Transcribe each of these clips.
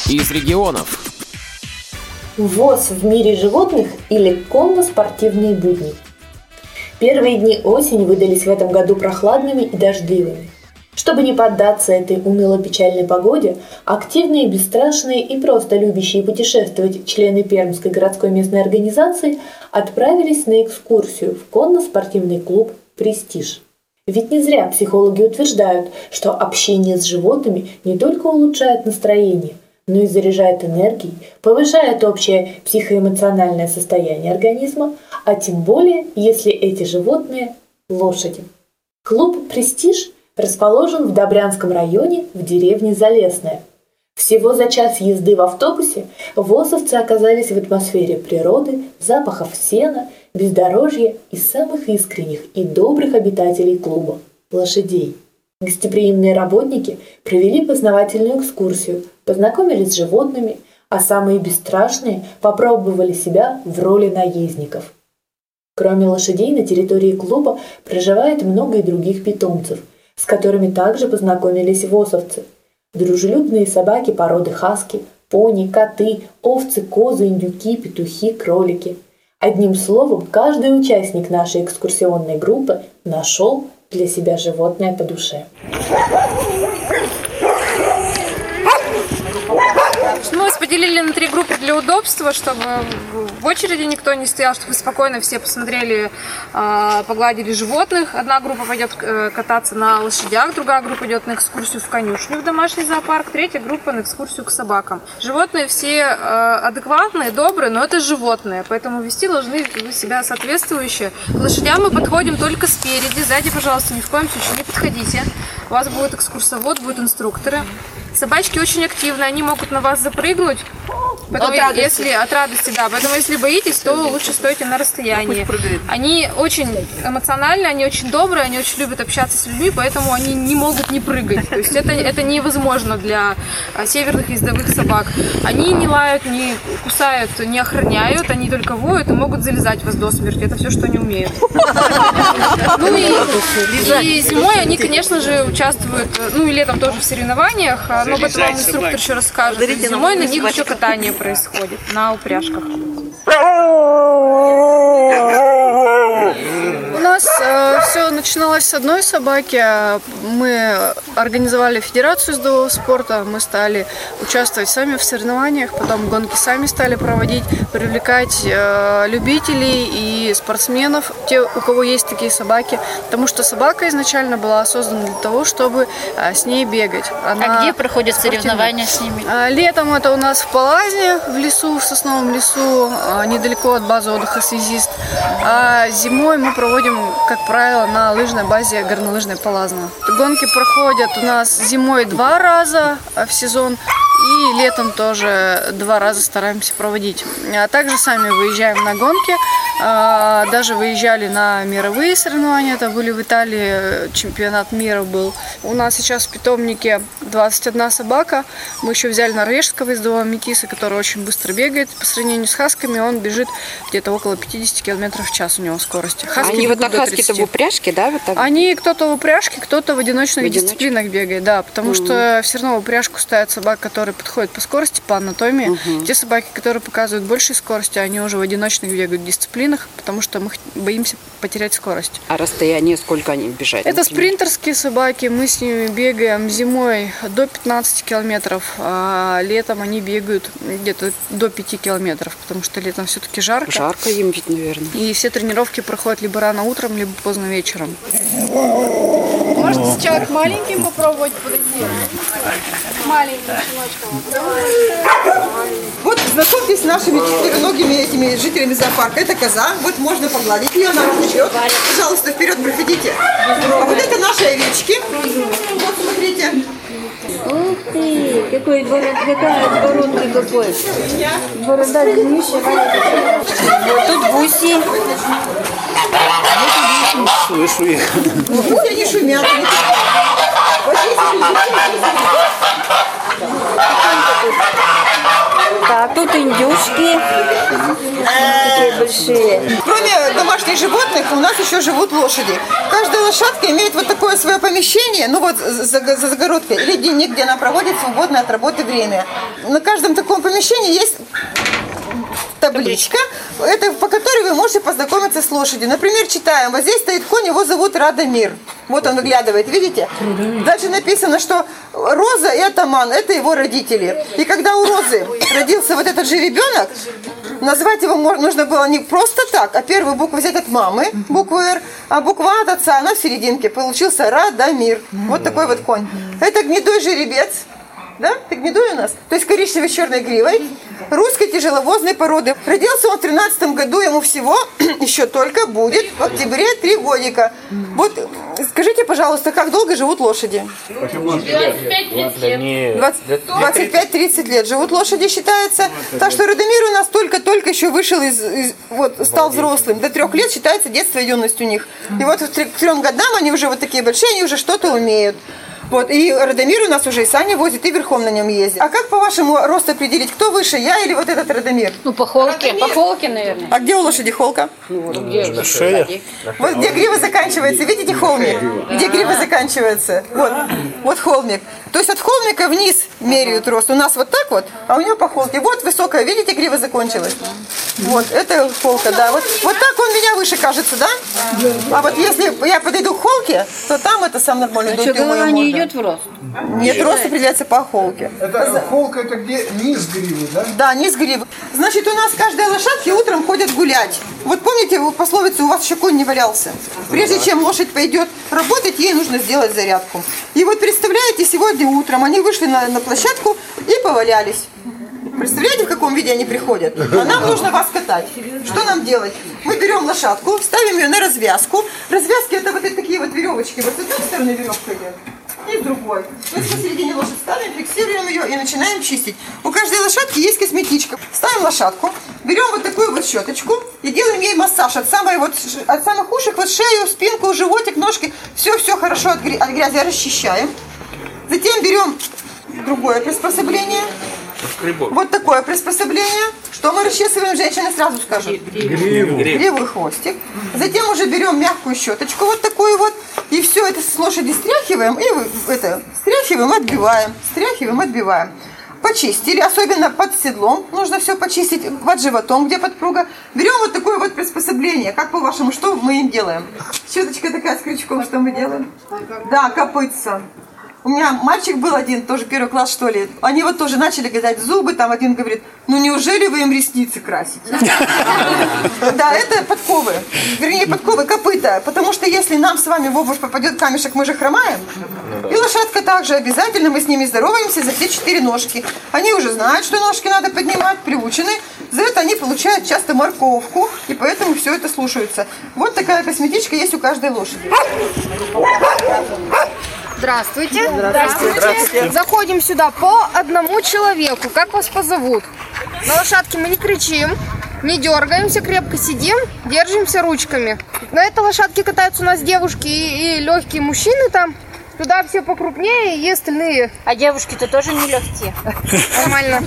из регионов. ВОЗ в мире животных или конно-спортивные будни. Первые дни осени выдались в этом году прохладными и дождливыми. Чтобы не поддаться этой уныло-печальной погоде, активные, бесстрашные и просто любящие путешествовать члены Пермской городской местной организации отправились на экскурсию в конно-спортивный клуб «Престиж». Ведь не зря психологи утверждают, что общение с животными не только улучшает настроение, но и заряжает энергией, повышает общее психоэмоциональное состояние организма, а тем более, если эти животные – лошади. Клуб «Престиж» расположен в Добрянском районе в деревне Залесная. Всего за час езды в автобусе возовцы оказались в атмосфере природы, запахов сена, бездорожья и самых искренних и добрых обитателей клуба – лошадей. Гостеприимные работники провели познавательную экскурсию, познакомились с животными, а самые бесстрашные попробовали себя в роли наездников. Кроме лошадей на территории клуба проживает много и других питомцев, с которыми также познакомились возовцы. Дружелюбные собаки породы хаски, пони, коты, овцы, козы, индюки, петухи, кролики. Одним словом, каждый участник нашей экскурсионной группы нашел для себя животное по душе. Мы вас поделили на 3 группы для удобства, чтобы в очереди никто не стоял, чтобы спокойно все посмотрели, погладили животных. Одна группа пойдет кататься на лошадях, другая группа идет на экскурсию в конюшню в домашний зоопарк, третья группа на экскурсию к собакам. Животные все адекватные, добрые, но это животные, поэтому вести должны себя соответствующе. К лошадям мы подходим только спереди, сзади, пожалуйста, ни в коем случае не подходите. У вас будет экскурсовод, будут инструкторы. Собачки очень активны, они могут на вас запрыгнуть. Поэтому, от радости, да. Поэтому, если боитесь, то лучше стойте на расстоянии. Они очень эмоциональны, они очень добрые, они очень любят общаться с людьми, поэтому они не могут не прыгать. То есть это невозможно для северных ездовых собак. Они не лают, не кусают, не охраняют, они только воют и могут залезать в вас до смерти. Это все, что они умеют. Ну и зимой они, конечно же, участвуют, ну и летом тоже в соревнованиях, но об этом вам инструктор еще расскажет. Зимой на них еще катание происходит на упряжках. У нас все начиналось с одной собаки. Мы организовали федерацию ездового спорта, мы стали участвовать сами в соревнованиях, потом гонки сами стали проводить, привлекать любителей и спортсменов, те, у кого есть такие собаки, потому что собака изначально была создана для того, чтобы с ней бегать. А где проходят соревнования с ними? Летом это у нас в Палазе, в лесу, в сосновом лесу, недалеко от базы отдыха «Связист». А зимой мы проводим, как правило, на лыжной базе горнолыжной Палазно. Гонки проходят у нас зимой 2 раза в сезон и летом тоже 2 раза стараемся проводить. А также сами выезжаем на гонки, даже выезжали на мировые соревнования, это были в Италии, чемпионат мира был. У нас сейчас в питомнике 21 собака, мы еще взяли норвежского ездового метиса, который очень быстро бегает, по сравнению с хасками он бежит где-то около 50 км в час у него скорости. Хаски они вот на хаски-то в упряжке, да? Вот так? Они кто-то в упряжке, кто-то в одиночных дисциплинах бегает, да, потому что все равно в упряжку ставят собак, которые подходят по скорости, по анатомии. Те собаки, которые показывают большей скорости, они уже в одиночных бегают дисциплинах, потому что мы боимся потерять скорость. А расстояние сколько они бежать? Это спринтерские собаки, мы с ними бегаем зимой до 15 километров, а летом они бегают где-то до 5 километров, потому что летом все-таки жарко. Жарко им ведь, наверное. И все тренировки проходят либо рано утром, либо поздно вечером. Можете сначала к маленьким попробовать подойти. Маленьким щеночкам. Вот знакомьтесь с нашими четвероногими этими жителями зоопарка. Это коза. Вот можно погладить ее на ручеек. Пожалуйста, вперед проходите. А вот это наши овечки. Вот смотрите. Ух ты! Какой бородный какой. Борода длиннющая. Вот тут гуси. Слышу их. Гуси, они шумят. Так, тут индюшки. большие. Кроме домашних животных, у нас еще живут лошади. Каждая лошадка имеет вот такое свое помещение, ну вот за загородкой, или дневник, где она проводит свободное от работы время. На каждом таком помещении есть табличка, это, по которой вы можете познакомиться с лошадью. Например, читаем, вот здесь стоит конь, его зовут Радомир. Вот он выглядывает, видите? Дальше написано, что Роза и Атаман – это его родители. И когда у Розы родился вот этот же ребенок, назвать его нужно было не просто так, а первую букву взять от мамы, букву «Р», а буква «А» от отца, она в серединке. Получился Радомир. Вот такой вот конь. Это гнедой жеребец. Да? Это гнедой у нас. То есть коричневый с черной гривой. Русской тяжеловозной породы. Родился он в 13 году, ему всего еще только будет в октябре 3 годика. Вот скажите, пожалуйста, как долго живут лошади? 25-30 лет живут лошади, считается. Так что Радомир у нас только-только еще вышел стал взрослым. До 3 лет считается детство и юность у них. И вот к 3 годам они уже вот такие большие, они уже что-то умеют. Вот, и Радомир у нас уже и сани возит, и верхом на нем ездит. А как, по-вашему, рост определить, кто выше, я или вот этот Радомир? Ну, по холке. По холке, наверное. А где у лошади холка? На шее. Вот где грива заканчивается, видите холмик? Где грива заканчивается? Вот холмик. То есть от холмика вниз меряют рост. У нас вот так вот, а у него по холке. Вот высокая, видите, грива закончилась. Вот, это холка, да. Вот так он меня выше кажется, да? А вот если я подойду к холке, то там это сам нормально. А что, голова не идет в рост? Нет, рост определяется по холке. Это холка, это где низ гривы, да? Да, низ гривы. Значит, у нас каждые лошадки утром ходят гулять. Вот помните пословицу, у вас еще конь не валялся? Прежде чем лошадь пойдет работать, ей нужно сделать зарядку. И вот представляете, сегодня утром они вышли на площадку и повалялись. Представляете, в каком виде они приходят? А нам нужно вас катать. Что нам делать? Мы берем лошадку, ставим ее на развязку. Развязки это вот такие вот веревочки. Вот с одной стороны веревка идет, и с другой. Мы посередине лошадь ставим, фиксируем ее и начинаем чистить. У каждой лошадки есть косметичка. Ставим лошадку, берем вот такую вот щеточку и делаем ей массаж от самых ушек, вот шею, спинку, животик, ножки. Все хорошо от грязи расчищаем. Затем берем другое приспособление. Вот такое приспособление. Что мы расчесываем, женщины сразу скажут? Гриву и хвостик. Затем уже берем мягкую щеточку, вот такую вот. И все это с лошади стряхиваем. Стряхиваем, отбиваем. Почистили, особенно под седлом. Нужно все почистить, под животом, где подпруга. Берем вот такое вот приспособление. Как по-вашему, что мы им делаем? Щеточка такая с крючком, что мы делаем? Да, копытца. У меня мальчик был один, тоже 1 класс, что ли. Они вот тоже начали гадать зубы, там один говорит, ну неужели вы им ресницы красите? Да, это подковы. Вернее, подковы, копыта. Потому что если нам с вами в обувь попадет камешек, мы же хромаем. И лошадка также обязательно, мы с ними здороваемся за все 4 ножки. Они уже знают, что ножки надо поднимать, приучены. За это они получают часто морковку, и поэтому все это слушаются. Вот такая косметичка есть у каждой лошади. Здравствуйте. Здравствуйте. Заходим сюда по одному человеку. Как вас позовут? На лошадке мы не кричим, не дергаемся, крепко сидим, держимся ручками. На этой лошадке катаются у нас девушки и легкие мужчины там. Туда все покрупнее и остальные. А девушки-то тоже не легкие. Нормально.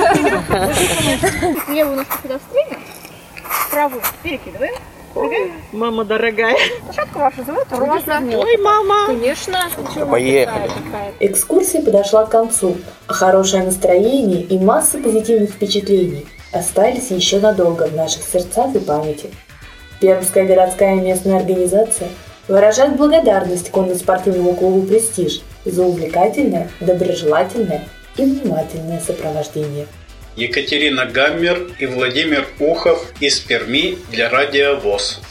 Левую ножку сюда встретим, правую перекидываем. Мама дорогая. Лошадка ваша зовут Роза. Ой, мама. Конечно. Поехали. Экскурсия подошла к концу, а хорошее настроение и масса позитивных впечатлений остались еще надолго в наших сердцах и памяти. Пермская городская местная организация выражает благодарность конно-спортивному клубу «Престиж» за увлекательное, доброжелательное и внимательное сопровождение. Екатерина Гаммер и Владимир Ухов из Перми для Радио ВОС.